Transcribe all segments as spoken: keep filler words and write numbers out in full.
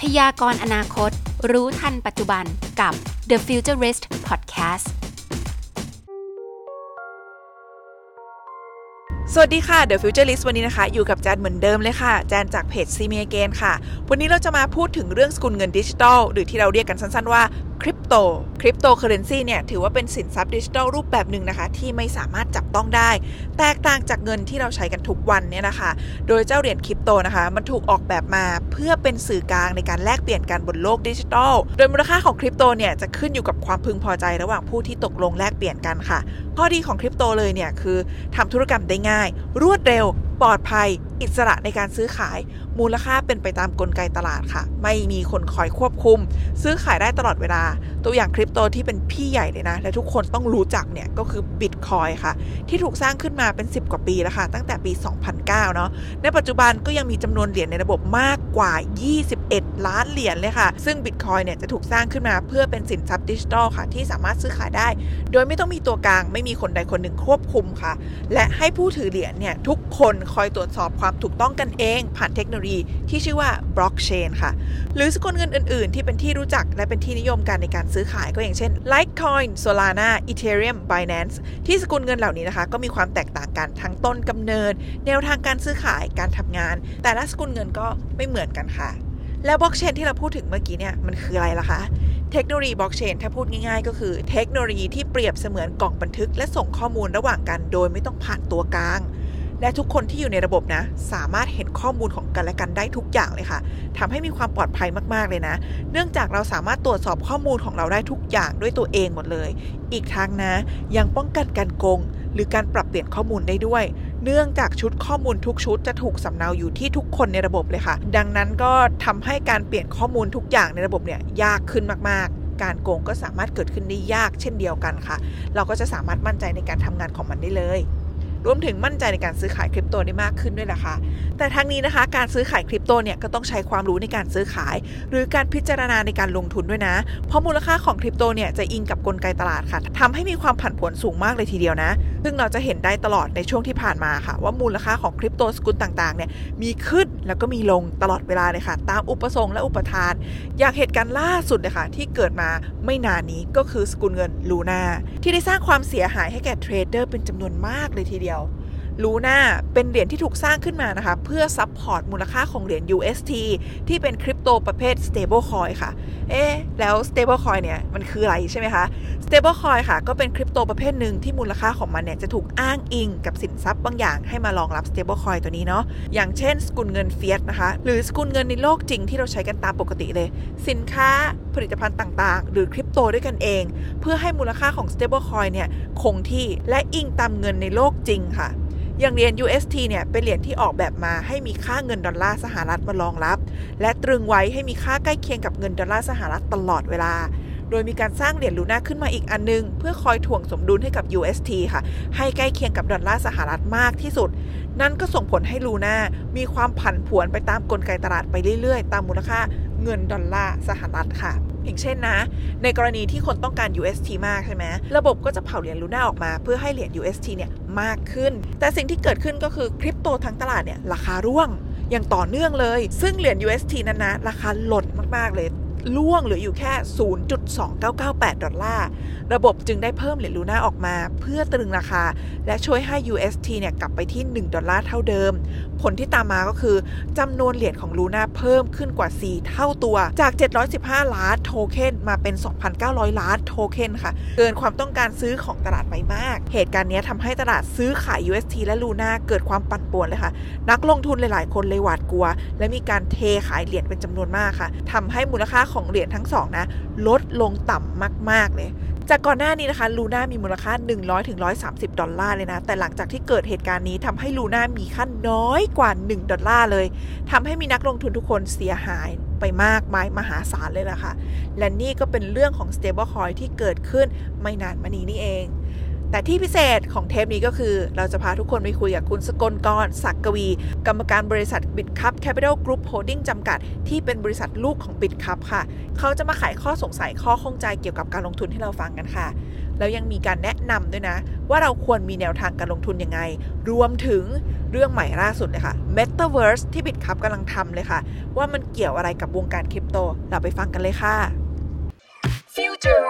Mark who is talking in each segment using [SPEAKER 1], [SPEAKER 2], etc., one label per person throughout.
[SPEAKER 1] พยากรณ์อนาคตรู้ทันปัจจุบันกับ The Futurist Podcast
[SPEAKER 2] สวัสดีค่ะ The Futurist วันนี้นะคะอยู่กับแจนเหมือนเดิมเลยค่ะแจนจากเพจ See Me Again ค่ะวันนี้เราจะมาพูดถึงเรื่องสกุลเงินดิจิทัลหรือที่เราเรียกกันสั้นๆว่าคริปโตคริปโตเคอเรนซีเนี่ยถือว่าเป็นสินทรัพย์ดิจิทัลรูปแบบหนึ่งนะคะที่ไม่สามารถจับต้องได้แตกต่างจากเงินที่เราใช้กันทุกวันเนี่ยนะคะโดยเจ้าเหรียญคริปโตนะคะมันถูกออกแบบมาเพื่อเป็นสื่อกลางในการแลกเปลี่ยนกันบนโลกดิจิทัลโดยมูลค่าของคริปโตเนี่ยจะขึ้นอยู่กับความพึงพอใจระหว่างผู้ที่ตกลงแลกเปลี่ยนกันค่ะข้อดีของคริปโตเลยเนี่ยคือทำธุรกรรมได้ง่ายรวดเร็วปลอดภัยอิสระในการซื้อขายมูลค่าเป็นไปตามกลไกตลาดค่ะไม่มีคนคอยควบคุมซื้อขายได้ตลอดเวลาตัวอย่างคริปโตที่เป็นพี่ใหญ่เลยนะและทุกคนต้องรู้จักเนี่ยก็คือ Bitcoin ค่ะที่ถูกสร้างขึ้นมาเป็นสิบกว่าปีแล้วค่ะตั้งแต่ปีสองพันเก้าเนาะในปัจจุบันก็ยังมีจำนวนเหรียญในระบบมากกว่ายี่สิบเอ็ดล้านเหรียญเลยค่ะซึ่ง Bitcoin เนี่ยจะถูกสร้างขึ้นมาเพื่อเป็นสินทรัพย์ดิจิทัลค่ะที่สามารถซื้อขายได้โดยไม่ต้องมีตัวกลางไม่มีคนใดคนหนึ่งควบคุมค่ะและให้ผู้ถือเหรียญเนี่ยทุกคนคอยตรวจสอบความถูกต้องกันเองผ่านเทคโนโลยีที่ชื่อว่าบล็อกเชนค่ะหรือสกุลเงินอื่นๆที่เป็นที่รู้จักและเป็นที่นิยมกันในการซื้อขายก็อย่างเช่น Litecoin Solana Ethereum Binance ที่สกุลเงินเหล่านี้นะคะก็มีความแตกต่างกันทั้งต้นกำเนิดแนวทางการซื้อขายการทำงานแต่ละสกุลเงินก็ไม่เหมือนกันค่ะแล้วบล็อกเชนที่เราพูดถึงเมื่อกี้เนี่ยมันคืออะไรล่ะคะเทคโนโลยีบล็อกเชนถ้าพูดง่ายๆก็คือเทคโนโลยีที่เปรียบเสมือนกล่องบันทึกและส่งข้อมูลระหว่างกันโดยไม่ต้องผ่านตัวกลางและทุกคนที่อยู่ในระบบนะสามารถเห็นข้อมูลของกันและกันได้ทุกอย่างเลยค่ะทำให้มีความปลอดภัยมากๆเลยนะเนื่องจากเราสามารถตรวจสอบข้อมูลของเราได้ทุกอย่างด้วยตัวเองหมดเลยอีกทั้งนะยังป้องกันการโกงหรือการปรับเปลี่ยนข้อมูลได้ด้วยเนื่องจากชุดข้อมูลทุกชุดจะถูกสำเนาอยู่ที่ทุกคนในระบบเลยค่ะดังนั้นก็ทำให้การเปลี่ยนข้อมูลทุกอย่างในระบบเนี่ยยากขึ้นมากๆการโกงก็สามารถเกิดขึ้นได้ยากเช่นเดียวกันค่ะเราก็จะสามารถมั่นใจในการทำงานของมันได้เลยรวมถึงมั่นใจในการซื้อขายคริปโตได้มากขึ้นด้วยนะคะแต่ทั้งนี้นะคะการซื้อขายคริปโตเนี่ยก็ต้องใช้ความรู้ในการซื้อขายหรือการพิจารณาในการลงทุนด้วยนะเพราะมูลค่าของคริปโตเนี่ยจะอิงกับกลไกตลาดค่ะทำให้มีความผันผวนสูงมากเลยทีเดียวนะซึ่งเราจะเห็นได้ตลอดในช่วงที่ผ่านมาค่ะว่ามูลค่าของคริปโตสกุลต่างๆเนี่ยมีขึ้นแล้วก็มีลงตลอดเวลาเลยค่ะตามอุปสงค์และอุปทานอย่างเหตุการณ์ล่าสุดเลยค่ะที่เกิดมาไม่นานนี้ก็คือสกุลเงินลูน่าที่ได้สร้างความเสียหายให้แก่เทรดเดอร์เป็นจำนวนมากเลยทีเดียวลูน่าเป็นเหรียญที่ถูกสร้างขึ้นมานะคะเพื่อซัพพอร์ตมูลค่าของเหรียญ ยู เอส ที ที่เป็นคริปโตประเภท stable coin ค่ะเอ๊ะแล้ว stable coin เนี่ยมันคืออะไรใช่ไหมคะ stable coin ค่ะก็เป็นคริปโตประเภทหนึ่งที่มูลค่าของมันเนี่ยจะถูกอ้างอิงกับสินทรัพย์บางอย่างให้มารองรับ stable coin ตัวนี้เนาะอย่างเช่นสกุลเงินเฟียสนะคะหรือสกุลเงินในโลกจริงที่เราใช้กันตามปกติเลยสินค้าผลิตภัณฑ์ต่างๆหรือคริปโตด้วยกันเองเพื่อให้มูลค่าของ stable coin เนี่ยคงที่และอิงตามเงินในโลกจริงค่ะอย่างเหรียญ ยู เอส ที เนี่ยเป็นเหรียญที่ออกแบบมาให้มีค่าเงินดอลลาร์สหรัฐมารองรับและตรึงไว้ให้มีค่าใกล้เคียงกับเงินดอลลาร์สหรัฐตลอดเวลาโดยมีการสร้างเหรียญลูน่าขึ้นมาอีกอันนึงเพื่อคอยถ่วงสมดุลให้กับ ยู เอส ที ค่ะให้ใกล้เคียงกับดอลลาร์สหรัฐมากที่สุดนั่นก็ส่งผลให้ลูน่ามีความผันผวนไปตามกลไกตลาดไปเรื่อยๆตามมูลค่าเงินดอลลาร์สหรัฐค่ะอย่างเช่นนะในกรณีที่คนต้องการ ยู เอส ที มากใช่ไหมระบบก็จะเผาเหรียญลูน่าออกมาเพื่อให้เหรียญ ยู เอส ที เนี่ยมากขึ้นแต่สิ่งที่เกิดขึ้นก็คือคริปโตทั้งตลาดเนี่ยราคาร่วงอย่างต่อเนื่องเลยซึ่งเหรียญ ยู เอส ที นั้นนะราคาหล่นมากๆเลยล่วงเหลืออยู่แค่ ศูนย์จุดสองเก้าเก้าแปด ดอลลาร์ระบบจึงได้เพิ่มเหรียญลูน่าออกมาเพื่อตรึงราคาและช่วยให้ ยู เอส ที เนี่ยกลับไปที่หนึ่งดอลลาร์เท่าเดิมผลที่ตามมาก็คือจำนวนเหรียญของลูน่าเพิ่มขึ้นกว่าสี่เท่าตัวจากเจ็ดร้อยสิบห้าล้านโทเค็นมาเป็น สองพันเก้าร้อย ล้านโทเค็นค่ะเกินความต้องการซื้อของตลาดไปมากเหตุการณ์นี้ทำให้ตลาดซื้อขาย ยู เอส ที และลูน่าเกิดความปั่นป่วนเลยค่ะนักลงทุนหลายๆคนเลยหวาดกลัวและมีการเทขายเหรียญเป็นจำนวนมากค่ะทำให้มูลค่าของเหรียญทั้งสองนะลดลงต่ำมากๆเลยจากก่อนหน้านี้นะคะลูน่ามีมูลค่าหนึ่งร้อยถึงหนึ่งร้อยสามสิบดอลลาร์เลยนะแต่หลังจากที่เกิดเหตุการณ์นี้ทำให้ลูน่ามีค่าน้อยกว่าหนึ่งดอลลาร์เลยทำให้มีนักลงทุนทุกคนเสียหายไปมากมายมหาศาลเลยล่ะค่ะและนี่ก็เป็นเรื่องของ stable coin ที่เกิดขึ้นไม่นานมานี้นี่เองแต่ที่พิเศษของเทปนี้ก็คือเราจะพาทุกคนไปคุยกับคุณสกลกรศักดิ์กวีกรรมการบริษัท BitCup Capital Group Holding จำกัดที่เป็นบริษัทลูกของ BitCup ค่ะเขาจะมาไขข้อสงสัยข้อข้องใจเกี่ยวกับการลงทุนให้เราฟังกันค่ะแแล้วยังมีการแนะนำด้วยนะว่าเราควรมีแนวทางการลงทุนยังไงรวมถึงเรื่องใหม่ล่าสุดเลยค่ะ Metaverse ที่ Bitcup กำลังทำเลยค่ะว่ามันเกี่ยวอะไรกับวงการคริปโตเราไปฟังกันเลยค่ะ
[SPEAKER 1] Future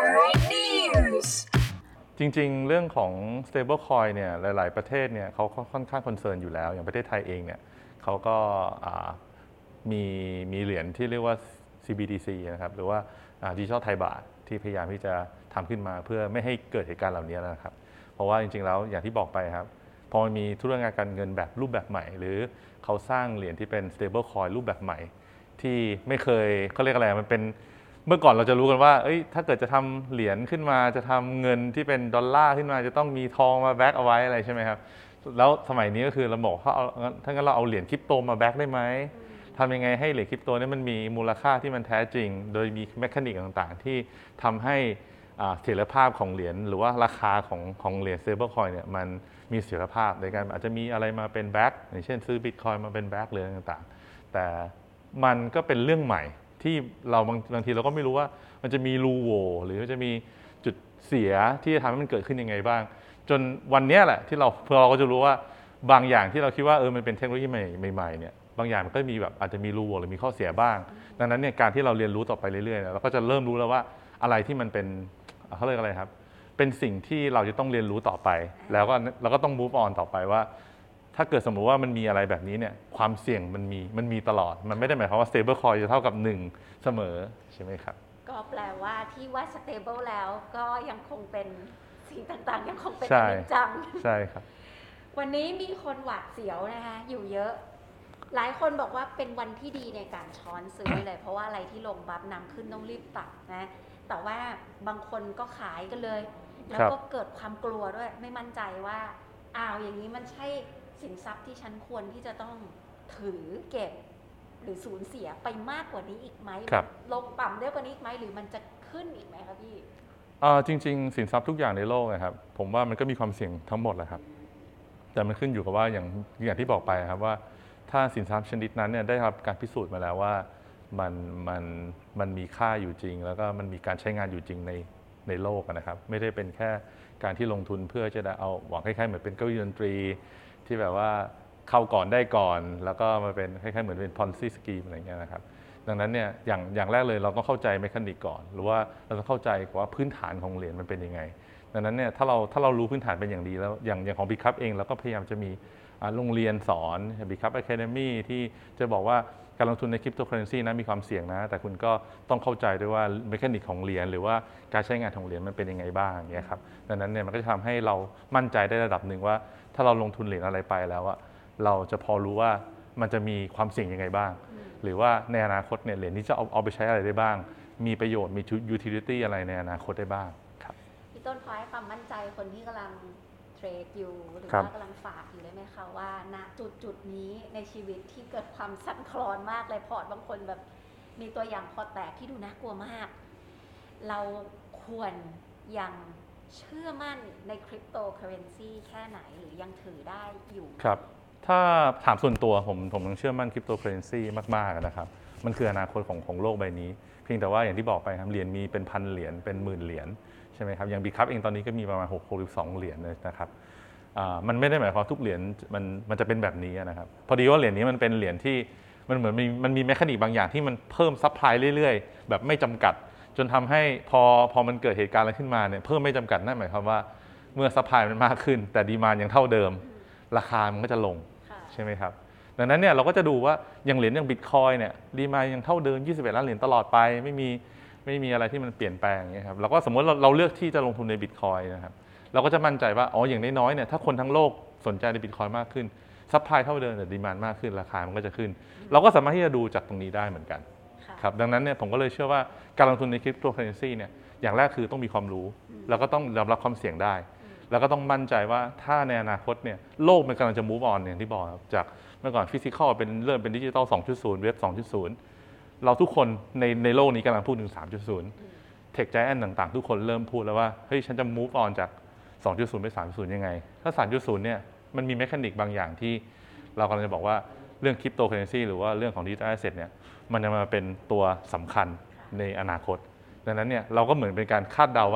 [SPEAKER 1] News
[SPEAKER 3] จริงๆเรื่องของ stablecoin เนี่ยหลายๆประเทศเนี่ยเขาค่อนข้างคอนเซิร์นอยู่แล้วอย่างประเทศไทยเองเนี่ยเขาก็มีมีเหรียญที่เรียกว่า ซี บี ดี ซี นะครับหรือว่าดิจิทัลไทยบาทที่พยายามที่จะทำขึ้นมาเพื่อไม่ให้เกิดเหตุการณ์เหล่านี้นะครับเพราะว่าจริงๆแล้วอย่างที่บอกไปครับพอมันมีธุรกิจการเงินแบบรูปแบบใหม่หรือเขาสร้างเหรียญที่เป็น stablecoin รูปแบบใหม่ที่ไม่เคยเขาเรียกอะไรมันเป็นเมื่อก่อนเราจะรู้กันว่าเอ้ยถ้าเกิดจะทำเหรียญขึ้นมาจะทำเงินที่เป็นดอลลาร์ขึ้นมาจะต้องมีทองมาแบ็กเอาไว้อะไรใช่ไหมครับแล้วสมัยนี้ก็คือเราบอกว่าถ้างั้นเราเอาเหรียญคริปโตมาแบ็กได้ไหมทำยังไงให้เหรียญคริปโตนี้มันมีมูลค่าที่มันแท้จริงโดยมีแมคานิกต่างๆที่ทำให้เสถียรภาพของเหรียญหรือว่าราคาของของเหรียญ stablecoin เนี่ยมันมีเสถียรภาพในการอาจจะมีอะไรมาเป็นแบ็กอย่างเช่นซื้อ Bitcoin มาเป็นแบ็กเลยต่างๆแต่มันก็เป็นเรื่องใหม่ที่เราบางบางทีเราก็ไม่รู้ว่ามันจะมีรูโหว่หรือจะมีจุดเสียที่จะทำให้มันเกิดขึ้นยังไงบ้างจนวันนี้แหละที่เราเราก็จะรู้ว่าบางอย่างที่เราคิดว่าเออมันเป็นเทคโนโลยีใหม่ๆเนี่ยบางอย่างมันก็มีแบบอาจจะมีรูโหว่หรือมีข้อเสียบ้างดังนั้นเนี่ยการที่เราเรียนรู้ต่อไปเรื่อยๆเราก็จะเริ่มรู้แล้วว่าอะไรที่มันเป็นเขาเรียกอะไรครับเป็นสิ่งที่เราจะต้องเรียนรู้ต่อไปแล้วก็เราก็ต้อง move on ต่อไปว่าถ้าเกิดสมมุติว่ามันมีอะไรแบบนี้เนี่ยความเสี่ยงมันมีมันมีตลอดมันไม่ได้หมายความว่า stable coin จะเท่ากับหนึ่งเสมอใช่ไหมครับ
[SPEAKER 4] ก็แปลว่าที่ว่า stable แล้วก็ยังคงเป็นสิ่งต่างๆยังคงเป็นอนิจจัง
[SPEAKER 3] ใช่ครับ
[SPEAKER 4] วันนี้มีคนหวาดเสียวนะคะอยู่เยอะหลายคนบอกว่าเป็นวันที่ดีในการช้อนซื้อเลยเพราะว่าอะไรที่ลงบัฟนำขึ้นต้องรีบตัดนะแต่ว่าบางคนก็ขายกันเลยแล้วก็เกิดความกลัวด้วยไม่มั่นใจว่าอ้าวอย่างนี้มันใช่สินทรัพย์ที่ฉันควรที่จะต้องถือเก็บหรือสูญเสียไปมากกว่านี้อีกไหมลงต่ำได้กว่านี้อีกไหมหรือมันจะขึ้นอีกไหมครับพี่
[SPEAKER 3] จริงๆสินทรัพย์ทุกอย่างในโลกนะครับผมว่ามันก็มีความเสี่ยงทั้งหมดแหละครับแต่มันขึ้นอยู่กับว่าอย่างอย่างที่บอกไปครับว่าถ้าสินทรัพย์ชนิดนั้นเนี่ยได้รับการพิสูจน์มาแล้วว่ามันมันมันมีค่าอยู่จริงแล้วก็มันมีการใช้งานอยู่จริงในในโลกนะครับไม่ได้เป็นแค่การที่ลงทุนเพื่อจะได้เอาหวังคล้ายๆเหมือนเป็นเก้าอี้ดนตรีที่แบบว่าเข้าก่อนได้ก่อนแล้วก็มาเป็นคล้ายๆเหมือนเป็น Ponzi scheme อะไรเงี้ยนะครับดังนั้นเนี่ยอย่างอย่างแรกเลยเราก็เข้าใจเมคานิกก่อนหรือว่าเราต้องเข้าใจว่าพื้นฐานของเหรียญมันเป็นยังไงดังนั้นเนี่ยถ้าเราถ้าเรารู้พื้นฐานเป็นอย่างดีแล้วอย่างอย่างของ Bitcup เองเราก็พยายามจะมีโรงเรียนสอน Bitcup Academy ที่จะบอกว่าการลงทุนในคริปโตเคอเรนซีนะมีความเสี่ยงนะแต่คุณก็ต้องเข้าใจด้วยว่าเมคานิกของเหรียญหรือว่าการใช้งานของเหรียญมันเป็นยังไงบ้างอย่างเงี้ยครับดังนั้นเนี่ยมันก็จะทำให้เรามั่นใจได้ระดับหนึ่งว่าถ้าเราลงทุนเหรียญอะไรไปแล้วอะเราจะพอรู้ว่ามันจะมีความเสี่ยงยังไงบ้างหรือว่าในอนาคตเนี่ยเหรียญนี้จะเอาเอาไปใช้อะไรได้บ้างมีประโยชน์มี utility อะไรในอนาคตได้บ้างครับ
[SPEAKER 4] พี่ต้นพอให้ความมั่นใจคนที่กำลังเทรดอยู่หรือว่ากำลังฝากอยู่ได้ไหมคะว่าณจุดจุดนี้ในชีวิตที่เกิดความสั่นคลอนมากเลยพอร์ตบางคนแบบมีตัวอย่างพอร์ตแตกที่ดูน่ากลัวมากเราควรยังเชื่อมั่นในคริปโตเคอเรนซีแค่ไหนหรือยังถือได้อยู่
[SPEAKER 3] ครับถ้าถามส่วนตัวผมผมยังเชื่อมั่นคริปโตเคอเรนซีมากๆนะครับมันคืออนาคตของของโลกใบนี้เพียงแต่ว่าอย่างที่บอกไปครับเหรียญมีเป็นพันเหรียญเป็นหมื่นเหรียญใช่ไหมครับอย่าง Bitcup เองตอนนี้ก็มีประมาณหกสิบสองเหรียญเลยนะครับมันไม่ได้หมายความทุกเหรียญมันมันจะเป็นแบบนี้นะครับพอดีว่าเหรียญนี้มันเป็นเหรียญที่มันเหมือนมีมันมีแมคานิกบางอย่างที่มันเพิ่มซัพพลายเรื่อยๆแบบไม่จำกัดจนทำให้พอพอมันเกิดเหตุการณ์อะไรขึ้นมาเนี่ยเพิ่มไม่จำกัดนั่นหมายความว่าเมื่อซัพพลายมันมากขึ้นแต่ดีมานด์ยังเท่าเดิมราคามันก็จะลงใช่ไหมครับดังนั้นเนี่ยเราก็จะดูว่าอย่างเหรียญอย่าง Bitcoin เนี่ยดีมานด์ยังเท่าเดิมยี่สิบเอ็ดล้านเหรียญตลอดไปไม่มีไม่มีอะไรที่มันเปลี่ยนแปลงอย่างเงี้ยครับเราก็สมมติเราเราเลือกที่จะลงทุนใน Bitcoin นะครับเราก็จะมั่นใจว่าอ๋ออย่างน้อยๆเนี่ยถ้าคนทั้งโลกสนใจใน Bitcoin มากขึ้นซัพพลายเท่าเดิมแต่ดีมานด์มากขึ้นราคามันก็จะขึ้นเราก็สามารถที่จะดูจากตรงนี้ได้เหมือนกันครับดังนั้นเนี่ยผมก็เลยเชื่อว่าการลงทุนในคริปโตเคอเรนซีเนี่ยอย่างแรกคือต้องมีความรู้แล้วก็ต้องยอมรับความเสี่ยงได้แล้วก็ต้องมั่นใจว่าถ้าในอนาคตเนี่ยโลกมันกำลังจะ move on อย่างที่บอกจากเมื่อก่อนฟิสิกอลเป็นเริ่มเป็นดิจิทัล สองจุดศูนย์ เว็บ สองจุดศูนย์ เราทุกคนในในโลกนี้กำลังพูดถึง สามจุดศูนย์ เทคไจแอนท์ต่างๆทุกคนเริ่มพูดแล้วว่าเฮ้ยฉันจะ move on จาก สองจุดศูนย์ ไป สามจุดศูนย์ ยังไงถ้า สามจุดศูนย์ เนี่ยมันมีเมคานิกบางอย่างที่เรากำลังจะบอกว่าเรื่องคริปโตเคอเรนซีหรือว่าเรื่องของดิจิทัลแอสเซทเนี่ยมันจะมาเป็นตัวสำคัญในอนาคตดังนั้นเนี่ยเราก็เหมือนเป็นการคาดเดาว่า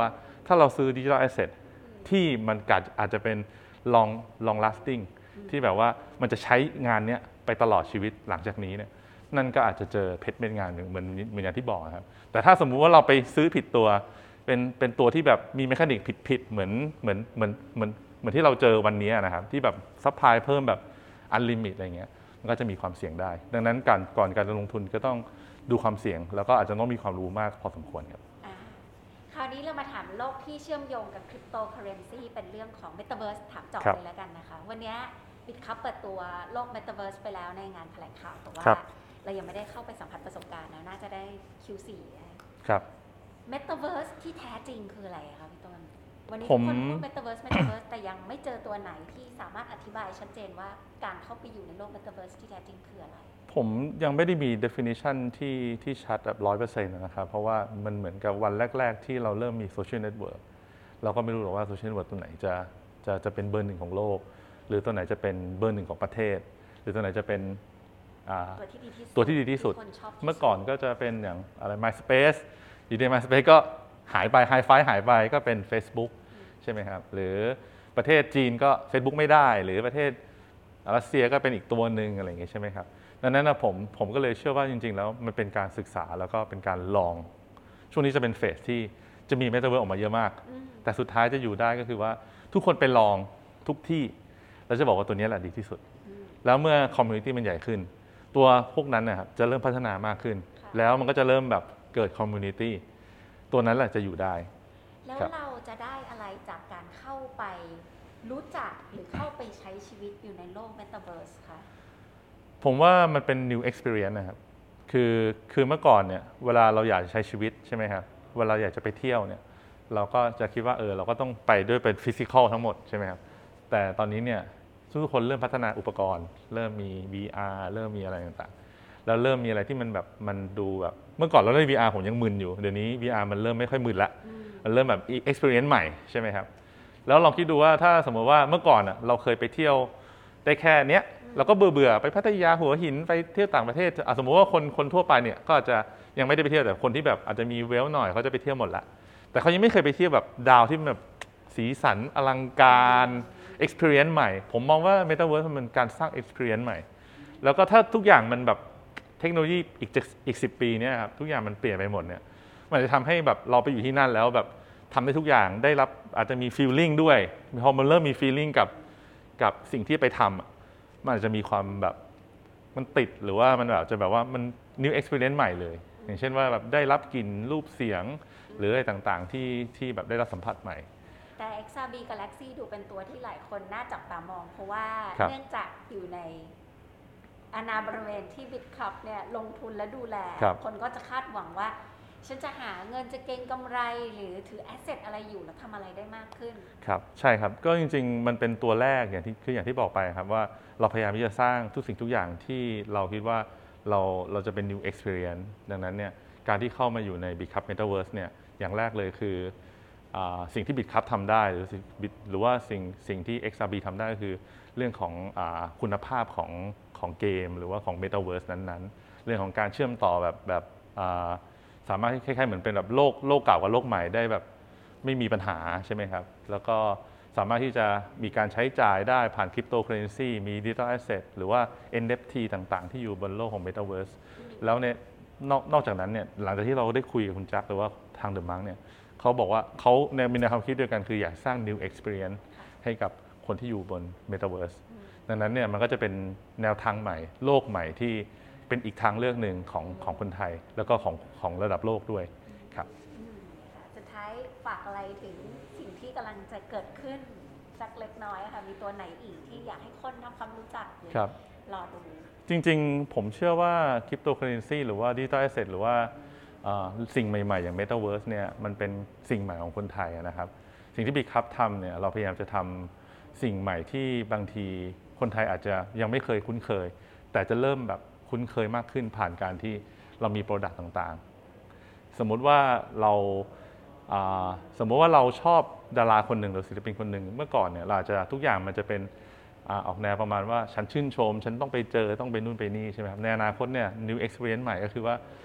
[SPEAKER 3] ถ้าเราซื้อ Digital Asset ที่มันอาจจะเป็น long long lasting ที่แบบว่ามันจะใช้งานเนี้ยไปตลอดชีวิตหลังจากนี้เนี่ยนั่นก็อาจจะเจอเพชรเม็ดงานหนึ่งเหมือนเหมือนอย่างที่บอกครับแต่ถ้าสมมุติว่าเราไปซื้อผิดตัวเป็นเป็นตัวที่แบบมีเมคานิกผิดๆเหมือนเหมือนเหมือนเหมือนเหมือนที่เราเจอวันนี้นะครับที่แบบซัพพลายเพิ่มแบบอันลิมิตอะไรเงี้ยมันก็จะมีความเสี่ยงได้ดังนั้นการก่อนการลงทุนก็ต้องดูความเสี่ยงแล้วก็อาจจะต้องมีความรู้มากพอสมควรครับ
[SPEAKER 4] คราวนี้เรามาถามโลกที่เชื่อมโยงกับคริปโตเคอเรนซีเป็นเรื่องของ Metaverse ถามเจาะเลยแล้วกันนะคะวันนี้บิตคัพเปิดตัวโลก Metaverse ไปแล้วในงานแถลงข่าวแต่ว่าเรายังไม่ได้เข้าไปสัมผัสประสบการณ์นะน่าจะได้ คิว โฟร์
[SPEAKER 3] ครับ
[SPEAKER 4] Metaverse ที่แท้จริงคืออะไรคะพี่ต้นวันนี้ทุกคนพูด Metaverse Metaverse แต่ยังไม่เจอตัวไหนที่สามารถอธิบายชัดเจนว่าการเข้าไปอยู่ในโลก Metaverse ที่แท้จริงคืออะไร
[SPEAKER 3] ผมยังไม่ได้มี definition ที่ที่ชัดแบบ ร้อยเปอร์เซ็นต์ นะครับเพราะว่ามันเหมือนกับวันแรกๆที่เราเริ่มมี social network เราก็ไม่รู้หรอกว่า social network ตัวไหนจะจะจะเป็นเบอร์หนึ่งของโลกหรือตัวไหนจะเป็นเบอร์หนึ่งของประเทศหรือตัวไหนจะเป็นตัวที่ดีที่สุดเมื่อก่อนก็จะเป็นอย่างอะไร MySpace อยู่ใน MySpace ก็หายไป Hi-Fi หายไปก็เป็น Facebook ใช่ไหมครับหรือประเทศจีนก็ Facebook ไม่ได้หรือประเทศรัสเซียก็เป็นอีกตัวหนึ่งอะไรอย่างเงี้ยใช่ไหมครับดังนั้นนะผมผมก็เลยเชื่อว่าจริงๆแล้วมันเป็นการศึกษาแล้วก็เป็นการลองช่วงนี้จะเป็นเฟสที่จะมีเมตาเวิร์สออกมาเยอะมากแต่สุดท้ายจะอยู่ได้ก็คือว่าทุกคนไปลองทุกที่แล้วจะบอกว่าตัวนี้แหละดีที่สุดแล้วเมื่อคอมมูนิตี้มันใหญ่ขึ้นตัวพวกนั้นนะครับจะเริ่มพัฒนามากขึ้นแล้วมันก็จะเริ่มแบบเกิดคอมมูนิตี้ตัวนั้นแหละจะอยู่ได้
[SPEAKER 4] แล้วเราจะได้อะไรจากการเข้าไปรู้จักหรือเข้าไปใช้ชีวิตอยู่ในโลกเมตาเวิร์สคะ
[SPEAKER 3] ผมว่ามันเป็น new experience นะครับคือคือเมื่อก่อนเนี่ยเวลาเราอยากจะใช้ชีวิตใช่ไหมครับเวลาอยากจะไปเที่ยวเนี่ยเราก็จะคิดว่าเออเราก็ต้องไปด้วยเป็นฟิสิกอลทั้งหมดใช่ไหมครับแต่ตอนนี้เนี่ยทุกคนเริ่มพัฒนาอุปกรณ์เริ่มมี วี อาร์ เริ่มมีอะไรต่างๆแล้วเริ่มมีอะไรที่มันแบบมันดูแบบเมื่อก่อนเราเล่น วี อาร์ ผมยังมึนอยู่เดี๋ยวนี้ วี อาร์ มันเริ่มไม่ค่อยมึนละมันเริ่มแบบ experience ใหม่ใช่ไหมครับแล้วลองคิดดูว่าถ้าสมมติว่าเมื่อก่อนอ่ะเราเคยไปเที่ยวได้แค่เนี้ยเราก็เบื่อเบื่อไปพัทยาหัวหินไปเที่ยวต่างประเทศสมมติว่าคนคนทั่วไปเนี่ยก็อาจจะยังไม่ได้ไปเที่ยวแต่คนที่แบบอาจจะมีเวลหน่อยเขาจะไปเที่ยวหมดละแต่เขายังไม่เคยไปเที่ยวแบบดาวที่แบบสีสันอลังการ experience ใหม่ผมมองว่า Metaverse มันเป็นการสร้าง experience ใหม่แล้วก็ถ้าทุกอย่างมันแบบเทคโนโลยีอีกอีกสิบปีเนี่ยครับทุกอย่างมันเปลี่ยนไปหมดเนี่ยมันจะทำให้แบบเราไปอยู่ที่นั่นแล้วแบบทำได้ทุกอย่างได้รับอาจจะมี feeling ด้วยพอมันเริ่มมี feeling กับกับสิ่งที่ไปทำมันอาจจะมีความแบบมันติดหรือว่ามันแบบจะแบบว่ามัน new experience ใหม่เลยอย่างเช่นว่าแบบได้รับกลิ่นรูปเสียงหรืออะไรต่างๆที่ที่แบบได้รับสัมผัสใหม่
[SPEAKER 4] แต่ เอ็กซ์ อาร์ บี Galaxy ดูเป็นตัวที่หลายคนน่าจับตามองเพราะว่าเนื่องจากอยู่ในอาณาบริเวณที่ BitCup เนี่ยลงทุนและดูแล คนก็จะคาดหวังว่าฉันจะหาเงินจะเก็งกำไรหรือถือแอสเซทอะไรอยู่แล้วทำอะไรได้มากขึ้น
[SPEAKER 3] ครับใช่ครับก็จริงๆมันเป็นตัวแรกอย่างที่คืออย่างที่บอกไปครับว่าเราพยายามที่จะสร้างทุกสิ่งทุกอย่างที่เราคิดว่าเราเราจะเป็น new experience ดังนั้นเนี่ยการที่เข้ามาอยู่ใน BitCup Metaverse เนี่ยอย่างแรกเลยคือสิ่งที่ BitCup ทำได้หรือหรือว่าสิ่งสิ่งที่ เอ็กซ์ อาร์ บี ทำได้ก็คือเรื่องของคุณภาพของของเกมหรือว่าของ Metaverse นั้นๆเรื่องของการเชื่อมต่อแบบแบบสามารถคล้ายๆเหมือนเป็นแบบโลกโลกเก่ากับโลกใหม่ได้แบบไม่มีปัญหาใช่ไหมครับแล้วก็สามารถที่จะมีการใช้จ่ายได้ผ่านคริปโตเคอเรนซีมีดิจิทัลแอสเซทหรือว่า เอ็น เอฟ ที ต่างๆที่อยู่บนโลกของ Metaverse แล้วเนี่ยนอกนอกจากนั้นเนี่ยหลังจากที่เราได้คุยกับคุณจักรหรือว่าทางเดอะมังเนี่ยเขาบอกว่าเขาในมีแนวความคิดเดียวกันคืออยากสร้าง new experience ให้กับคนที่อยู่บน Metaverse ดังนั้นเนี่ยมันก็จะเป็นแนวทางใหม่โลกใหม่ที่เป็นอีกทางเลือกหนึ่งของของคนไทยแล้วก็ของของระดับโลกด้วยครับ
[SPEAKER 4] สุดท้ายฝากอะไรถึงสิ่งที่กำลังจะเกิดขึ้นสักเล็กน้อยค่ะมีตัวไหนอีกที่อยากให้คนทำความรู้จักหรือรอดู
[SPEAKER 3] จริงๆผมเชื่อว่าคริปโตเคอเรนซีหรือว่าดิจิทัลแอสเซทหรือว่าสิ่งใหม่ๆอย่าง Metaverse เนี่ยมันเป็นสิ่งใหม่ของคนไทยนะครับสิ่งที่ BitCup ทำเนี่ยเราพยายามจะทำสิ่งใหม่ที่บางทีคนไทยอาจจะยังไม่เคยคุ้นเคยแต่จะเริ่มแบบคุ้นเคยมากขึ้นผ่านการที่เรามีโปรดักต์ต่างๆสมมุติว่าเราสมมติว่าเราชอบดาราคนหนึ่งหรือศิลปินคนหนึ่งเมื่อก่อนเนี่ยเราจะทุกอย่างมันจะเป็นออกแนวประมาณว่าฉันชื่นชมฉันต้องไปเจอต้องไปนู่นไปนี่ใช่ไหมครับในอนาคตเนี่ย new experience ใหม่ก็คือว่า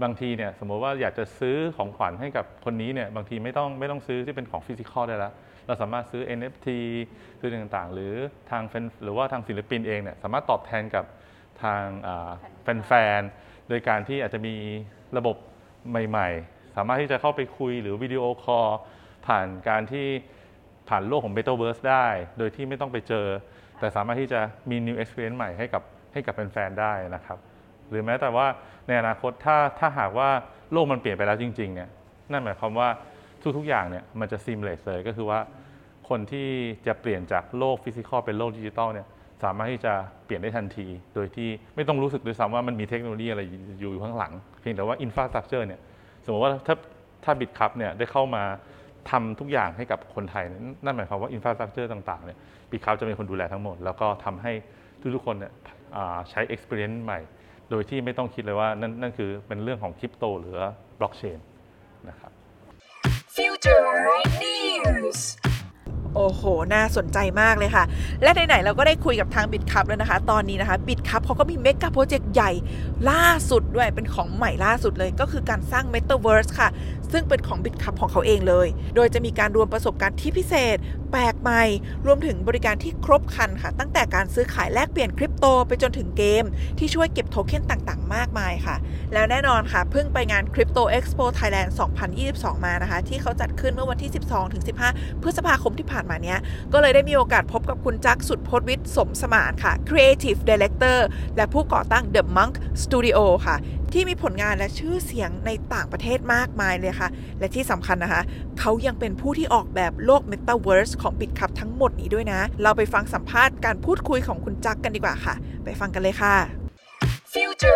[SPEAKER 3] บางทีเนี่ยสมมติว่าอยากจะซื้อของขวัญให้กับคนนี้เนี่ยบางทีไม่ต้องไม่ต้องซื้อที่เป็นของฟิสิกอลได้แล้วเราสามารถซื้อ เอ็น เอฟ ที ซื้อต่างๆหรือทางหรือว่าทางศิลปินเองเนี่ยสามารถตอบแทนกับทางแฟนๆโดยการที่อาจจะมีระบบใหม่ๆสามารถที่จะเข้าไปคุยหรือวิดีโอคอลผ่านการที่ผ่านโลกของ Metaverse ได้โดยที่ไม่ต้องไปเจอแต่สามารถที่จะมี new experience ใหม่ให้กับให้กับแฟนๆได้นะครับหรือแม้แต่ว่าในอนาคตถ้าถ้าหากว่าโลกมันเปลี่ยนไปแล้วจริงๆเนี่ยนั่นหมายความว่าทุกๆอย่างเนี่ยมันจะ seamless เลยก็คือว่าคนที่จะเปลี่ยนจากโลกฟิสิกอลเป็นโลกดิจิทัลเนี่ยสามารถที่จะเปลี่ยนได้ทันทีโดยที่ไม่ต้องรู้สึกด้วยซ้ำว่ามันมีเทคโนโลยีอะไรอยู่ข้างหลังเพียงแต่ว่า infrastructure เนี่ยสมมติว่าถ้าถ้า Bitcup เนี่ยได้เข้ามาทำทุกอย่างให้กับคนไทยนั่นหมายความว่า infrastructure ต่างๆเนี่ย Bitcup จะเป็นคนดูแลทั้งหมดแล้วก็ทำให้ทุกๆคนเนี่ยใช้ experience ใหม่โดยที่ไม่ต้องคิดเลยว่านั่นนั่นคือเป็นเรื่องของคริปโตหรือบล็อกเชนนะครับ
[SPEAKER 1] Future News
[SPEAKER 2] โอ้โหน่าสนใจมากเลยค่ะและไหนๆเราก็ได้คุยกับทาง Bitcup แล้วนะคะตอนนี้นะคะ Bitcup เขาก็มีเมกะโปรเจกต์ใหญ่ล่าสุดด้วยเป็นของใหม่ล่าสุดเลยก็คือการสร้าง Metaverse ค่ะซึ่งเป็นของ Bitcup ของเขาเองเลยโดยจะมีการรวมประสบการณ์ที่พิเศษแปลกใหม่รวมถึงบริการที่ครบครันค่ะตั้งแต่การซื้อขายแลกเปลี่ยนคริปโตไปจนถึงเกมที่ช่วยเก็บโทเค็นต่างๆมากมายค่ะแล้วแน่นอนค่ะเพิ่งไปงาน Crypto Expo Thailand สองพันยี่สิบสองมานะคะที่เขาจัดขึ้นเมื่อวันที่ สิบสองถึงสิบห้า พฤษภาคมที่ผ่านมาเนี้ยก็เลยได้มีโอกาสพบกับคุณจักรสุดพจน์วิทย์สมสมานค่ะ Creative Director และผู้ก่อตั้ง The Monk Studio ค่ะที่มีผลงานและชื่อเสียงในต่างประเทศมากมายเลยค่ะและที่สำคัญนะคะเขายังเป็นผู้ที่ออกแบบโลก Metaverse ของ Bitcup ทั้งหมดนี้ด้วยนะเราไปฟังสัมภาษณ์การพูดคุยของคุณจักรกันดีกว่าค่ะไปฟังกันเลยค่ะ
[SPEAKER 1] Future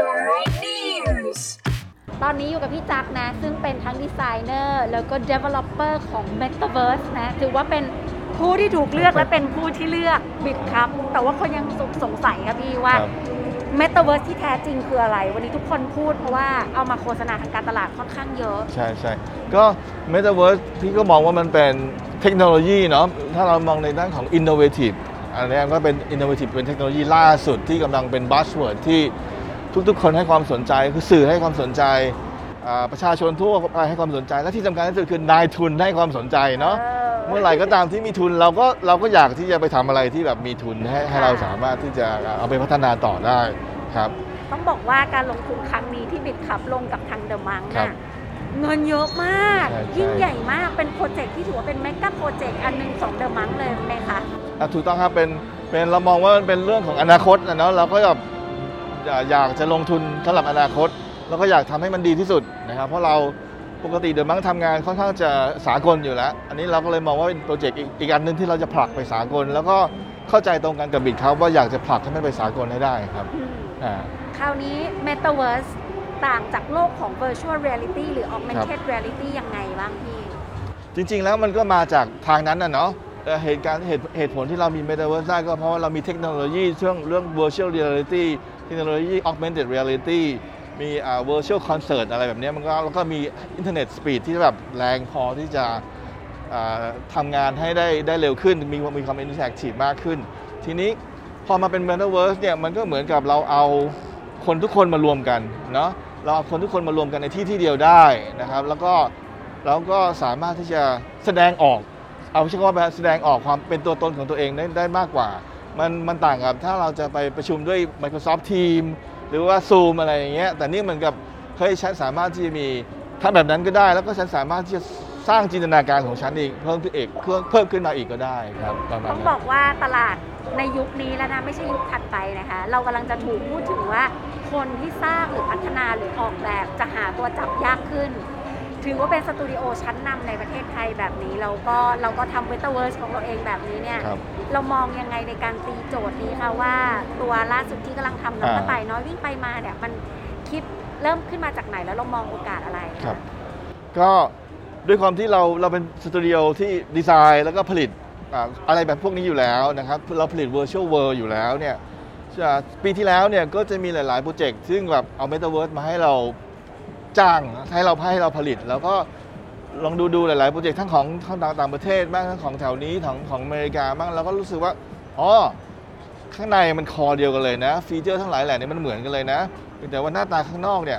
[SPEAKER 1] News
[SPEAKER 4] ตอนนี้อยู่กับพี่จักรนะซึ่งเป็นทั้งดีไซเนอร์แล้วก็ developer ของ Metaverse นะถือว่าเป็นผู้ที่ถูกเลือกและเป็นผู้ที่เลือก Bitcup แต่ว่าคนยังสงสัยครับพี่ว่า Metaverse ที่แท้จริงคืออะไรวันนี้ทุกคนพูดเพราะว่าเอามาโฆษณาทางการตลาดค่อนข้างเยอะ
[SPEAKER 5] ใช่ใช่ก็ Metaverse พี่ก็มองว่ามันเป็นเทคโนโลยีเนาะถ้าเรามองในด้านของ innovative อันนี้ก็เป็น innovative เป็นเทคโนโลยีล่าสุดที่กำลังเป็น buzzword ที่ทุกๆคนให้ความสนใจคือสื่อให้ความสนใจประชาชนทั่วไปให้ความสนใจและที่สำคัญที่สุดคือนายทุนให้ความสนใจเนาะเมื่อไหร่ก็ตามที่มีทุนเราก็เราก็อยากที่จะไปทำอะไรที่แบบมีทุนให้ให้เราสามารถที่จะเอาไปพัฒนาต่อได้ครับ
[SPEAKER 4] ต้องบอกว่าการลงทุนครั้งนี้ที่ Bitcup ลงกับทาง The Monk น่ะเงินเยอะมากยิ่งใหญ่มากเป็นโปรเจกต์ที่ถือว่าเป็นเมกะโปรเจกต์อันนึงของ The Monk เลยไหมคะ
[SPEAKER 5] ถูกต้องครับเป็นเป็นเรามองว่ามันเป็นเรื่องของอนาคตนะเนาะเราก็แบบอยากจะลงทุนสำหรับอนาคตแล้วก็อยากทำให้มันดีที่สุดนะครับเพราะเราปกติเดอะมั้งทำงานค่อนข้างจะสากลอยู่แล้วอันนี้เราก็เลยมองว่าเป็นโปรเจกต์อีกอันนึงที่เราจะผลักไปสากลแล้วก็เข้าใจตรงกันกับบิตครับว่าอยากจะผลักให้มันไปสากลให้ได้ครับ
[SPEAKER 4] คราวนี้ Metaverse ต่างจากโลกของ Virtual Reality หรือ Augmented Reality ยังไงบ้างพี่
[SPEAKER 5] จริงๆแล้วมันก็มาจากทางนั้นนะเนาะเหตุการณ์เหตุผลที่เรามี Metaverse ได้ก็เพราะว่าเรามีเทคโนโลยีเรื่องเรื่อง Virtual Reality เทคโนโลยี Augmented Reality มีอ่า virtual concert อะไรแบบนี้มันก็แล้วก็มีอินเทอร์เน็ตสปีดที่แบบแรงพอที่จะทำงานให้ได้ได้เร็วขึ้นมีมีความอินเทอร์แอคทีฟมากขึ้นทีนี้พอมาเป็น Metaverse เนี่ยมันก็เหมือนกับเราเอาคนทุกคนมารวมกันเนาะเราเอาคนทุกคนมารวมกันในที่ที่เดียวได้นะครับแล้วก็เราก็สามารถที่จะแสดงออกเอาใช้คำว่าแสดงออกความเป็นตัวตนของตัวเองได้ได้มากกว่ามันมันต่างกับถ้าเราจะไปประชุมด้วย Microsoft Teams หรือว่า Zoom อะไรอย่างเงี้ยแต่นี่เหมือนกับเฮ้ยฉันสามารถที่จะมีทำแบบนั้นก็ได้แล้วก็ฉันสามารถที่จะสร้างจินตนาการของฉันอีกเพิ่มขึ้นอีกเพิ่มเพิ่มขึ้นมาอีกก็ได้ครับ
[SPEAKER 4] ต้องบอกว่าตลาดในยุคนี้แล้วนะไม่ใช่ยุคถัดไปนะคะเรากำลังจะถูกพูดถึงว่าคนที่สร้างหรือพัฒนาหรือออกแบบจะหาตัวจับยากขึ้นถือว่าเป็นสตูดิโอชั้นนำในประเทศไทยแบบนี้เราก็เราก็ทำ Metaverse ของเราเองแบบนี้เนี่ยเรามองยังไงในการตีโจทย์นี้คะว่าตัวล่าสุดที่กำลังทำน้ำกระต่ายน้อยวิ่งไปมาเนี่ยมันคิดเริ่มขึ้นมาจากไหนแล้วเรามองโอกาสอะไร
[SPEAKER 5] ครับก็ด้วยความที่เราเราเป็นสตูดิโอที่ดีไซน์แล้วก็ผลิตอะไรแบบพวกนี้อยู่แล้วนะครับเราผลิต Virtual World อยู่แล้วเนี่ยปีที่แล้วเนี่ยก็จะมีหลายๆโปรเจกต์ซึ่งแบบเอา Metaverse มาให้เราจ้างให้เราให้เราผลิตแล้วก็ลองดูดูหลายๆโปรเจกต์ทั้งของต่างประเทศบ้างทั้งของแถวนี้ของของอเมริกาบ้างเราก็รู้สึกว่าอ๋อข้างในมันคอเดียวกันเลยนะฟีเจอร์ทั้งหลายแหล่นี้มันเหมือนกันเลยนะแต่ว่าหน้าตาข้างนอกเนี่ยพ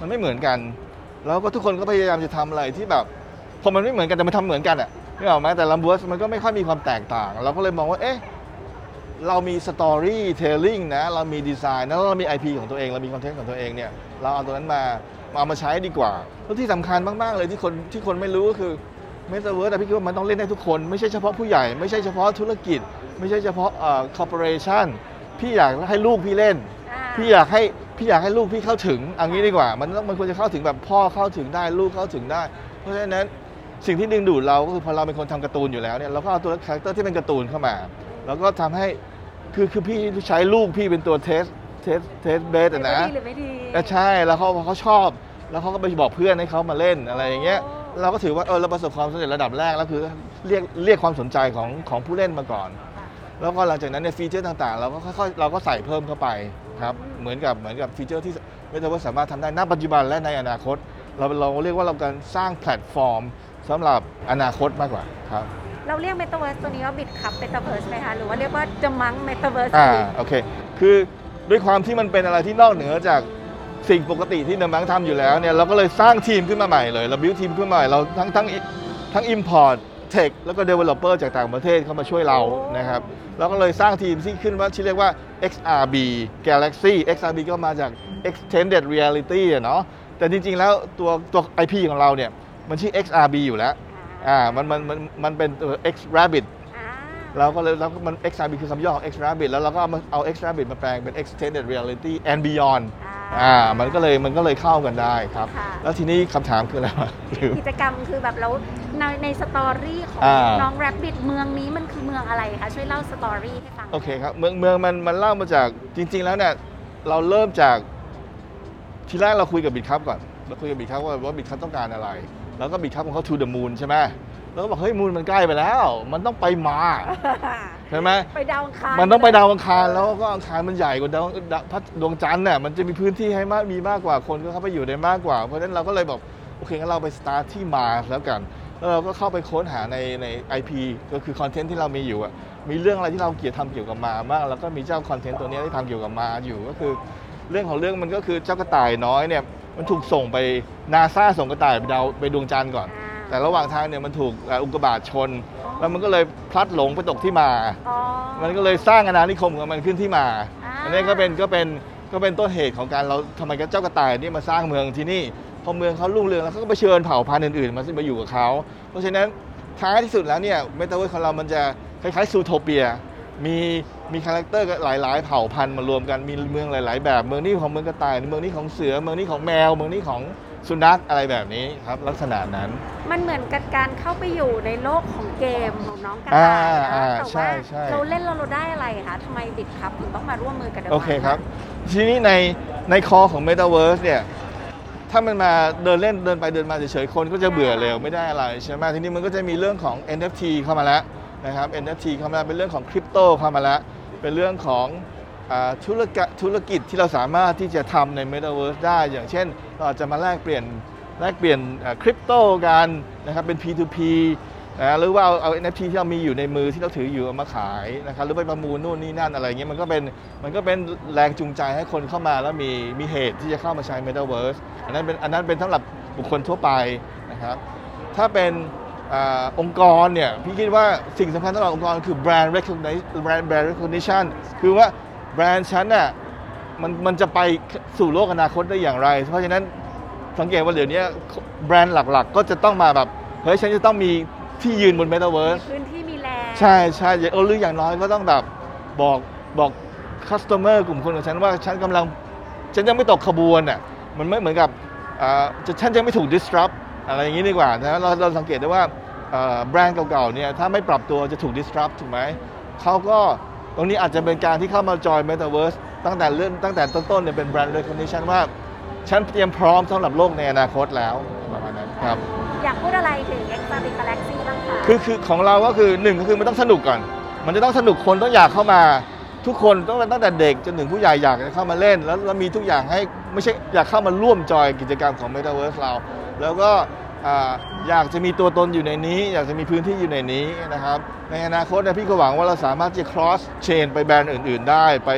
[SPEAKER 5] มันไม่เหมือนกันแล้วก็ทุกคนก็พยายามจะทำอะไรที่แบบพอมันไม่เหมือนกันแต่มันทำเหมือนกันอ่ะนี่ออกไหมแต่ลัมเวิร์สมันก็ไม่ค่อยมีความแตกต่างเราก็เลยมองว่าเอ๊ะเรามีสตอรี่เทลลิ่งนะเรามีดีไซน์นะเรามี ไอ พี ของตัวเองเรามีคอนเทนต์ของตัวเองเนี่ยเราเอาตัวนั้นมาเอามาใช้ดีกว่าแล้วที่สำคัญมากๆเลยที่คนที่คนไม่รู้ก็คือเมตาเวิร์สแต่พี่คิดว่ามันต้องเล่นได้ทุกคนไม่ใช่เฉพาะผู้ใหญ่ไม่ใช่เฉพาะธุรกิจไม่ใช่เฉพาะเอ่อคอร์ปอเรชั่นพี่อยากให้ลูกพี่เล่นพี่อยากให้พี่อยากให้ลูกพี่เข้าถึงเอางี้ดีกว่ามันต้องมันควรจะเข้าถึงแบบพ่อเข้าถึงได้ลูกเข้าถึงได้เพราะฉะนั้นสิ่งที่ดึงดูดเราก็คือพอเราเป็นคนทำการ์ตูนอยู่แล้วเนี่ยเราก็เอาตัวคาแรคเตอร์ที่เป็นการ์ตูนเข้ามาแล้วก็ทำให้คือคือพี่ใช้ลูกพี่เป็นตัวเทสเทสเทสเบสนะ
[SPEAKER 4] หรือไม่ดี
[SPEAKER 5] ใช่แล้วเขาเขาชอบแล้วเขาก็ไปบอกเพื่อนให้เขามาเล่นอะไรอย่างเงี้ยเราก็ถือว่าเออเราประสบความสำเร็จระดับแรกแล้วคือเรียกเรียกความสนใจของของผู้เล่นมาก่อนแล้วก็หลังจากนั้นเนี่ยฟีเจอร์ต่างๆเราก็ค่อยๆเราก็ใส่เพิ่มเข้าไปครับเหมือนกับเหมือนกับฟีเจอร์ที่ไม่ใช่ว่าสามารถทำได้ณปัจจุบันและในอนาคตเราเราเรียกว่าเราการสร้างแพลตฟอร์มสำหรับอนาคตมากกว่าครับ
[SPEAKER 4] เราเรียก Metaverse ตัวนี้ว่า BitCup Metaverse ไหมคะหรือว่าเรียกว่า The Monk Metaverse
[SPEAKER 5] อ่าโอเคคือด้วยความที่มันเป็นอะไรที่นอกเหนือจากสิ่งปกติที่เดอะมังทำอยู่แล้วเนี่ยเราก็เลยสร้างทีมขึ้นมาใหม่เลยเราบิวทีมขึ้นมาใหม่เราทั้งทั้งทั้ง Import Tech แล้วก็ Developer จากต่างประเทศเข้ามาช่วยเรานะครับเราก็เลยสร้างทีมที่ขึ้นว่าชื่อเรียกว่า เอ็กซ์ อาร์ บี Galaxy เอ็กซ์ อาร์ บี ก็มาจาก Extended Reality อะเนาะแต่จริงๆแล้วตัวตัว ไอ พี ของเราเนี่ยมันชื่อ เอ็กซ์ อาร์ บี อยู่แล้วอ่ามันมันมันมันเป็น X Rabbit เราก็เลยแล้วมัน X อาร์ บี คือคำย่อของ X Rabbit แล้วเราก็เอาเอา X Rabbit มาแปลงเป็น Extended Reality and Beyond อ่ามันก็เลยมันก็เลยเข้ากันได้ครับแล้วทีนี้คำถามคืออะไรวะ
[SPEAKER 4] กิจกรรมคือแบบแล้วในในสตอรี่ของน้อง Rabbit เมืองนี้มันคือเมืองอะไรคะช่วยเล่าสตอรี่ให้ฟัง
[SPEAKER 5] โอเคครับเมืองเมืองมันมันเล่ามาจากจริงๆแล้วเนี่ยเราเริ่มจากทีแรกเราคุยกับ BitCup ก่อนเราคุยกับ BitCup ว่าว่า BitCup ต้องการอะไรแล้วก็ BitCup ของเขา To the Moon ใช่ไหมแล้วก็บอกเฮ้ยมูนมันใกล้ไปแล้วมันต้องไปมาใช่ไหม
[SPEAKER 4] ไปดาวอังคาร
[SPEAKER 5] มันต้องไปดาวอังคารแล้วก็อังคารมันใหญ่กว่าดาวพระดวงจันทร์น่ะมันจะมีพื้นที่ให้มากมีมากกว่าคนก็เข้าไปอยู่ได้มากกว่าเพราะฉะนั้นเราก็เลยบอกโอเคงั้นเราไปสตาร์ทที่มาแล้วกันแล้วเราก็เข้าไปค้นหาในใน ไอ พี ก็คือคอนเทนต์ที่เรามีอยู่อ่ะมีเรื่องอะไรที่เราเกี่ยวทำเกี่ยวกับมามากแล้วก็มีเจ้าคอนเทนต์ตัวนี้ที่ทำเกี่ยวกับมาอยู่ก็คือเรื่องของเรื่องมันก็คือเจ้ากระต่ายน้อยเนี่ยมันถูกส่งไปนาซาส่งกระต่ายไปดาวไปดวงจันทร์ก่อนแต่ระหว่างทางเนี่ยมันถูกอุกกาบาตชนแล้วมันก็เลยพลัดหลงไปตกที่มามันก็เลยสร้างอาณานิคมของมันขึ้นที่มาอันนี้ก็เป็นก็เป็นก็เป็นต้นเหตุของการเราทำไมเจ้ากระต่ายนี่มาสร้างเมืองที่นี่พอเมืองเขารุ่งเรืองแล้วเขาก็ไปเชิญเผ่าพันธุ์อื่นๆมามาอยู่กับเขาเพราะฉะนั้นท้ายที่สุดแล้วเนี่ยเมตาเวิร์สของเรามันจะคล้ายๆซูโทเปียมีมีคาแรคเตอร์หลายๆเผ่าพันธุ์มารวมกันมีเมืองหลายๆแบบเมืองนี้ของเมืองกระต่ายเมืองนี้ของเสือเมืองนี้ของแมวเมืองนี้ของสุนัขอะไรแบบนี้ครับลักษณะนั้น
[SPEAKER 4] มันเหมือนกับการเข้าไปอยู่ในโลกของเกมของน้องกระต่ายนะแต่ว่าเราเล่นเราเราได้อะไรคะทำไมBitCupถึงต้องมาร่วมมือกันด้วย
[SPEAKER 5] โอเคครับทีนี้ในในคอของ Metaverse เนี่ยถ้ามันมาเดินเล่นเดินไปเดินมาเฉยๆคนก็จะเบื่อเร็วไม่ได้อะไรใช่ไหมทีนี้มันก็จะมีเรื่องของ เอ็น เอฟ ที เข้ามาแล้วนะครับ เอ็น เอฟ ที เข้ามาเป็นเรื่องของคริปโตเข้ามาแล้วเป็นเรื่องของธุรกิจธุรกิจที่เราสามารถที่จะทำใน Metaverse ได้อย่างเช่นเราอาจจะมาแลกเปลี่ยนแลกเปลี่ยนคริปโตกันนะครับเป็น พี ทู พี นะหรือว่าเอาเอา เอ็น เอฟ ที ที่เรามีอยู่ในมือที่เราถืออยู่เอามาขายนะครับหรือไปประมูลนู่นนี่นั่นอะไรเงี้ยมันก็เป็นมันก็เป็นแรงจูงใจให้คนเข้ามาแล้วมีมีเหตุที่จะเข้ามาใช้ Metaverse อันนั้นเป็นอันนั้นเป็นสำหรับบุคคลทั่วไปนะครับถ้าเป็นองค์กรเนี่ยพี่คิดว่าสิ่งสำคัญสำหรับองค์กรคือ brand recognition brand brand recognition คือว่าแบรนด์ฉันน่ะมันมันจะไปสู่โลกอนาคตได้อย่างไรเพราะฉะนั้นสังเกตว่าเดี๋ยวนี้แบรนด์หลักๆก็จะต้องมาแบบเฮ้ยฉันจะต้องมีที่ยืนบน Metaverse
[SPEAKER 4] พื้นที่มีแลนด์
[SPEAKER 5] ใช่ใช่เออหรืออย่างน้อยก็ต้องแบบบอกบอก customer กลุ่มคนของฉันว่าฉันกำลังฉันยังไม่ตกขบวนอ่ะมันไม่เหมือนกับอ่าฉันยังไม่ถูก disrupt อะไรอย่างนี้ดีกว่านะเราเราสังเกตได้ว่าแบรนด์เก่าๆเนี่ยถ้าไม่ปรับตัวจะถูก disrupt ถูกไหมเขาก็ตรงนี้อาจจะเป็นการที่เข้ามาจอย Metaverse ตั้งแต่เริ่มตั้งแต่ต้นๆเนี่ยเป็น brand recognition ว่าฉันเตรียมพร้อมสำหรับโลกในอนาคตแล้วประมาณนั้นครับ
[SPEAKER 4] อยากพูดอะไรถึง เอ็กซ์ อาร์ บี Galaxy บ้างคะ
[SPEAKER 5] คือคือของเราก็คือหนึ่งก็คือมันต้องสนุกก่อนมันจะต้องสนุกคนต้องอยากเข้ามาทุกคนต้องตั้งแต่เด็กจนถึงผู้ใหญ่อยากจะเข้ามาเล่นแล้วเรามีทุกอย่างให้ไม่ใช่อยากเข้ามาร่วมจอยกิจกรรมของ Metaverse เราแล้วก็อยากจะมีตัวตนอยู่ในนี้อยากจะมีพื้นที่อยู่ในนี้นะครับในอนาคตเนี่ยพี่ก็หวังว่าเราสามารถจะ cross chain ไปแบรนด์อื่นๆได้ไปไป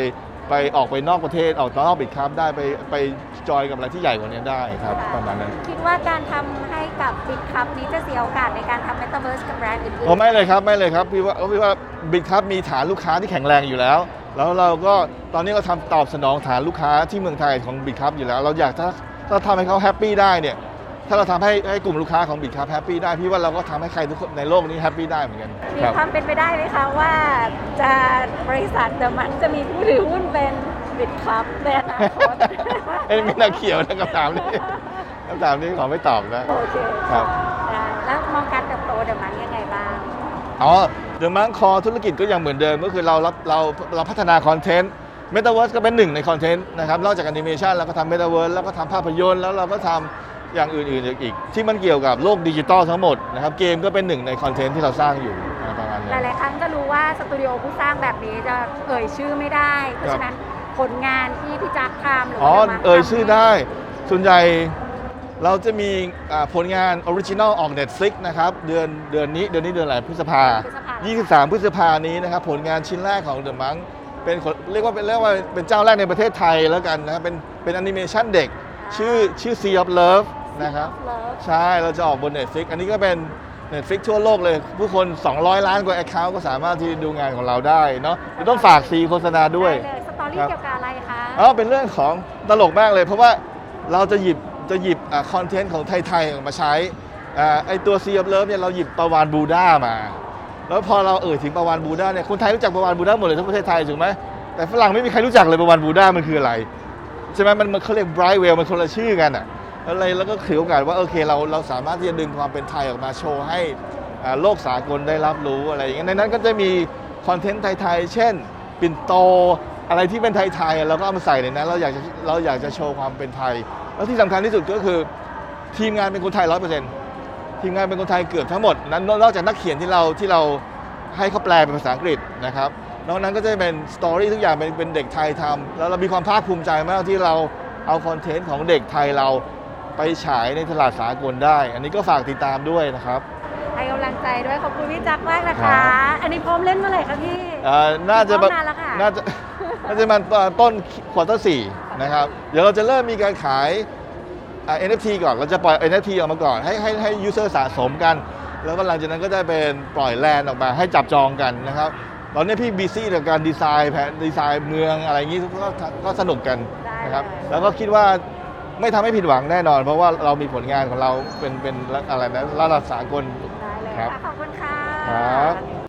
[SPEAKER 5] ไปออกไปนอกประเทศออกนอกบิตคัพได้ไปไปจอยกับอะไรที่ใหญ่กว่านี้ได้ครับประมาณนั้น
[SPEAKER 4] คิดว่าการทำให้กับบิตคัพนี้จะเสียโอกาสในการทำ Metaverse กับแบรนด์อื่นๆ
[SPEAKER 5] โอ้ไม่เลยครับไม่เลยครับพี่ว่าพี่ว่าบิตคัพมีฐานลูกค้าที่แข็งแรงอยู่แล้วแล้วเราก็ตอนนี้เราทำตอบสนองฐานลูกค้าที่เมืองไทยของบิตคัพอยู่แล้วเราอยากถ้าถ้าทำให้เขาแฮปปี้ได้เนี่ยถ้าเราทำให้ให้กลุ่มลูกค้าของบิตคัพแฮปปี้ได้พี่ว่าเราก็ทำให้ใครทุกคนในโลกนี้แฮปปี้ได้เหมือนกัน
[SPEAKER 4] มีความเป็นไปได้ไหมคะว่าจะบริษัทเดอะมันจะมีผู้ถือหุ้นเป็นบิตคัพในอนาคต
[SPEAKER 5] ไม่น่าเกี่ยวนะคำถามนี้คำถามนี้ขอไม่ตอบนะ
[SPEAKER 4] โอเค
[SPEAKER 5] ครับ
[SPEAKER 4] แล้วมองการเติบโตเดอะมันยังไงบ้าง
[SPEAKER 5] อ๋อเดอะมันคอธุรกิจก็ยังเหมือนเดิมก็คือเราเราเราพัฒนาคอนเทนต์เมตาเวิร์สก็เป็นหนึ่งในคอนเทนต์นะครับนอกจากแอนิเมชันแล้วก็ทำเมตาเวิร์สแล้วก็ทำภาพยนตร์แล้วเราก็ทำอย่างอื่นๆอีกที่มันเกี่ยวกับโลกดิจิตอลทั้งหมดนะครับเกมก็เป็นหนึ่งในคอนเทนต์ที่เราสร้างอยู่ประมาณนี้
[SPEAKER 4] หลายๆครั้งก็รู้ว่าสตูดิโอผู้สร้างแบบนี้จะเอ่ยชื่อไม่ได้เพราะฉะนั้นผลงานที่พี่จักรทำหรือ
[SPEAKER 5] อ๋อเอ่ยชื่อได้ส่วนใหญ่เราจะมีผลงานออริจินัลออก Netflix นะครับเดือนเดือนนี้เดือนนี้เดือนอะไรพฤษภายี่สิบสามพฤษภานี้นะครับผลงานชิ้นแรกของ The Monk เป็นเรียกว่าเป็นเรียกว่าเป็นเจ้าแรกในประเทศไทยแล้วกันนะครับเป็นเป็นแอนิเมชันเด็กชื่อชื่อ Sea of Love นะครับใช่เราจะออกบน Netflix อันนี้ก็เป็น Netflix ทั่วโลกเลยผู้คนสองร้อยล้านกว่า Account ก็สามารถที่ดูงานของเราได้เนาะต้องฝากซีโฆษณาด้วย
[SPEAKER 4] สตอรี่เกี่ยวกับอะไรคะ
[SPEAKER 5] อ๋อเป็นเรื่องของตลกมากเลยเพราะว่าเราจะหยิบจะหยิบคอนเทนต์ของไทยๆมาใช้ไอตัว Sea of Love เนี่ยเราหยิบปาวาฬบูด้ามาแล้วพอเราเอ่ยถึงปาวาฬบูด้าเนี่ยคนไทยรู้จักปาวาฬบูด้าหมดเลยทั้งประเทศไทยถูกไหมแต่ฝรั่งไม่มีใครรู้จักเลยปาวาฬบูด้ามันคืออะไรใช่ไหมมันเขาเรียก Bright Whale มันคนละชื่อกันอะอะไรแล้วก็ถือโอกาสว่าโอเคเราเราสามารถที่จะดึงความเป็นไทยออกมาโชว์ให้โลกสากลได้รับรู้อะไรอย่างเงี้ยในนั้นก็จะมีคอนเทนต์ไทยๆเช่นปิ่นโตอะไรที่เป็นไทยๆเราก็เอามาใส่ในนั้นเราอยากจะเราอยากจะโชว์ความเป็นไทยแล้วที่สำคัญที่สุดก็คือทีมงานเป็นคนไทย ร้อยเปอร์เซ็นต์ ทีมงานเป็นคนไทยเกือบทั้งหมดนั้นนอกจากนักเขียนที่เราที่เราให้เขาแปลเป็นภาษาอังกฤษนะครับนอกนั้นก็จะเป็นสตอรี่ทุกอย่างเป็นเป็นเด็กไทยทำแล้วเรามีความภาคภูมิใจมากที่เราเอาคอนเทนต์ของเด็กไทยเราไปฉายในตลาดสากลได้อันนี้ก็ฝากติดตามด้วยนะครับ
[SPEAKER 4] ให้กำลังใจด้วยขอบคุณพี่จักรมากนะคะอันนี้พร้อมเล่นเมื่อไหร่คะพี่
[SPEAKER 5] น่าจะ
[SPEAKER 4] นานแล้วค่ะ
[SPEAKER 5] น่าจะน่าจะมาต้นควอเตอร์สี่นะครับเดี๋ยวเราจะเริ่มมีการขาย เอ็น เอฟ ที ก่อนเราจะปล่อย เอ็น เอฟ ที ออกมาก่อนให้ให้ให้ยูเซอร์สะสมกันแล้วก็หลังจากนั้นก็จะเป็นปล่อยแลนด์ออกมาให้จับจองกันนะครับตอนนี้พี่บีซี่กับการดีไซน์แผนดีไซน์เมืองอะไรอย่างนี้ก็ก็สนุกกันนะครับแล้วก็คิดว่าไม่ทำให้ผิดหวังแน่นอนเพราะว่าเรามีผลงานของเราเป็นเป็นอะไรนะระดับสากล
[SPEAKER 4] ครับขอบคุณค่ะ
[SPEAKER 5] ครับ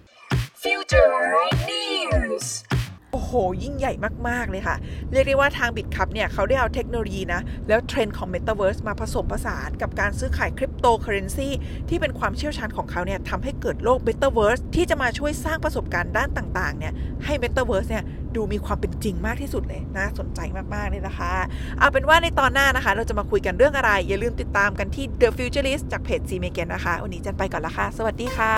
[SPEAKER 1] Future News
[SPEAKER 2] โอ้โหยิ่งใหญ่มากๆเลยค่ะเรียกได้ว่าทาง BitCup เนี่ยเขาได้เอาเทคโนโลยีนะแล้วเทรนด์ของ Metaverse มาผสมผสานกับการซื้อขายคริปโตเคอเรนซีที่เป็นความเชี่ยวชาญของเขาเนี่ยทำให้เกิดโลก Metaverse ที่จะมาช่วยสร้างประสบการณ์ด้านต่างๆเนี่ยให้ Metaverse เนี่ยดูมีความเป็นจริงมากที่สุดเลยน่าสนใจมากๆเลยนะคะเอาเป็นว่าในตอนหน้านะคะเราจะมาคุยกันเรื่องอะไรอย่าลืมติดตามกันที่ The Futurist จากเพจ ซี เม เกน นะคะวันนี้จันไปก่อนละค่ะสวัสดีค่ะ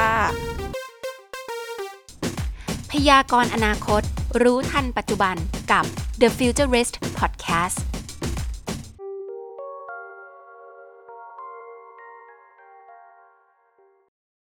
[SPEAKER 1] พยากรณ์อนาคตรู้ทันปัจจุบันกับ The Futurist Podcast